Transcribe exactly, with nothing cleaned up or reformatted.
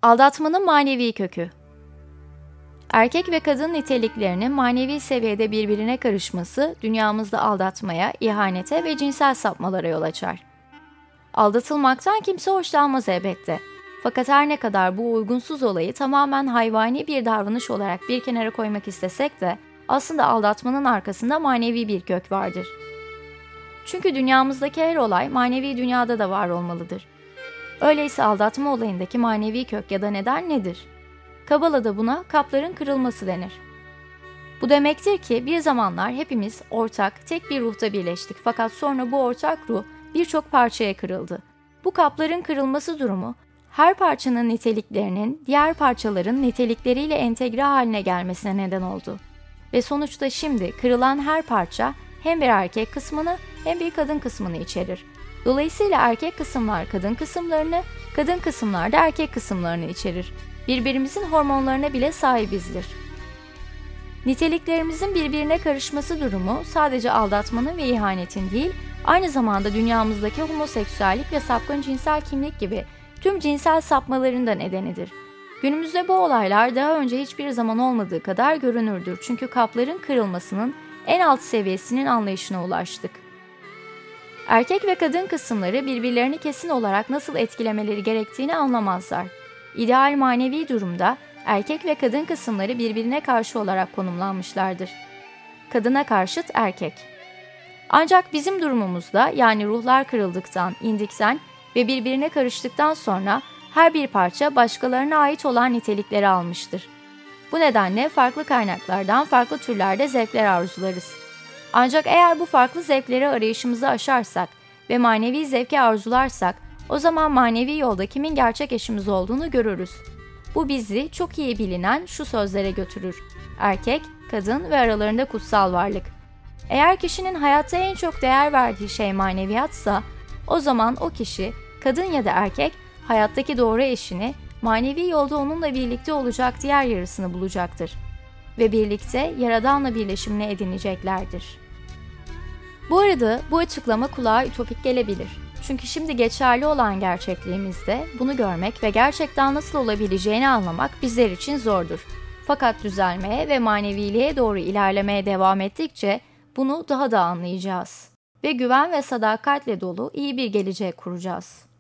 Aldatmanın manevi kökü. Erkek ve kadın niteliklerinin manevi seviyede birbirine karışması dünyamızda aldatmaya, ihanete ve cinsel sapmalara yol açar. Aldatılmaktan kimse hoşlanmaz elbette. Fakat her ne kadar bu uygunsuz olayı tamamen hayvani bir davranış olarak bir kenara koymak istesek de aslında aldatmanın arkasında manevi bir kök vardır. Çünkü dünyamızdaki her olay manevi dünyada da var olmalıdır. Öyleyse aldatma olayındaki manevi kök ya da neden nedir? Kabala'da buna kapların kırılması denir. Bu demektir ki bir zamanlar hepimiz ortak, tek bir ruhta birleştik fakat sonra bu ortak ruh birçok parçaya kırıldı. Bu kapların kırılması durumu, her parçanın niteliklerinin diğer parçaların nitelikleriyle entegre haline gelmesine neden oldu. Ve sonuçta şimdi kırılan her parça hem bir erkek kısmını hem bir kadın kısmını içerir. Dolayısıyla erkek kısımlar kadın kısımlarını, kadın kısımlar da erkek kısımlarını içerir. Birbirimizin hormonlarına bile sahibizdir. Niteliklerimizin birbirine karışması durumu sadece aldatmanın ve ihanetin değil, aynı zamanda dünyamızdaki homoseksüellik ve sapkın cinsel kimlik gibi tüm cinsel sapmaların da nedenidir. Günümüzde bu olaylar daha önce hiçbir zaman olmadığı kadar görünürdür çünkü kapların kırılmasının en alt seviyesinin anlayışına ulaştık. Erkek ve kadın kısımları birbirlerini kesin olarak nasıl etkilemeleri gerektiğini anlamazlar. İdeal manevi durumda erkek ve kadın kısımları birbirine karşı olarak konumlanmışlardır. Kadına karşıt erkek. Ancak bizim durumumuzda yani ruhlar kırıldıktan, indikten ve birbirine karıştıktan sonra her bir parça başkalarına ait olan nitelikleri almıştır. Bu nedenle farklı kaynaklardan farklı türlerde zevkler arzularız. Ancak eğer bu farklı zevkleri arayışımızı aşarsak ve manevi zevki arzularsak, o zaman manevi yolda kimin gerçek eşimiz olduğunu görürüz. Bu bizi çok iyi bilinen şu sözlere götürür. Erkek, kadın ve aralarında kutsal varlık. Eğer kişinin hayatta en çok değer verdiği şey maneviyatsa, o zaman o kişi, kadın ya da erkek, hayattaki doğru eşini, manevi yolda onunla birlikte olacak diğer yarısını bulacaktır. Ve birlikte Yaradan'la birleşimini edineceklerdir. Bu arada bu açıklama kulağa ütopik gelebilir. Çünkü şimdi geçerli olan gerçekliğimizde bunu görmek ve gerçekten nasıl olabileceğini anlamak bizler için zordur. Fakat düzelmeye ve maneviliğe doğru ilerlemeye devam ettikçe bunu daha da anlayacağız. Ve güven ve sadakatle dolu iyi bir gelecek kuracağız.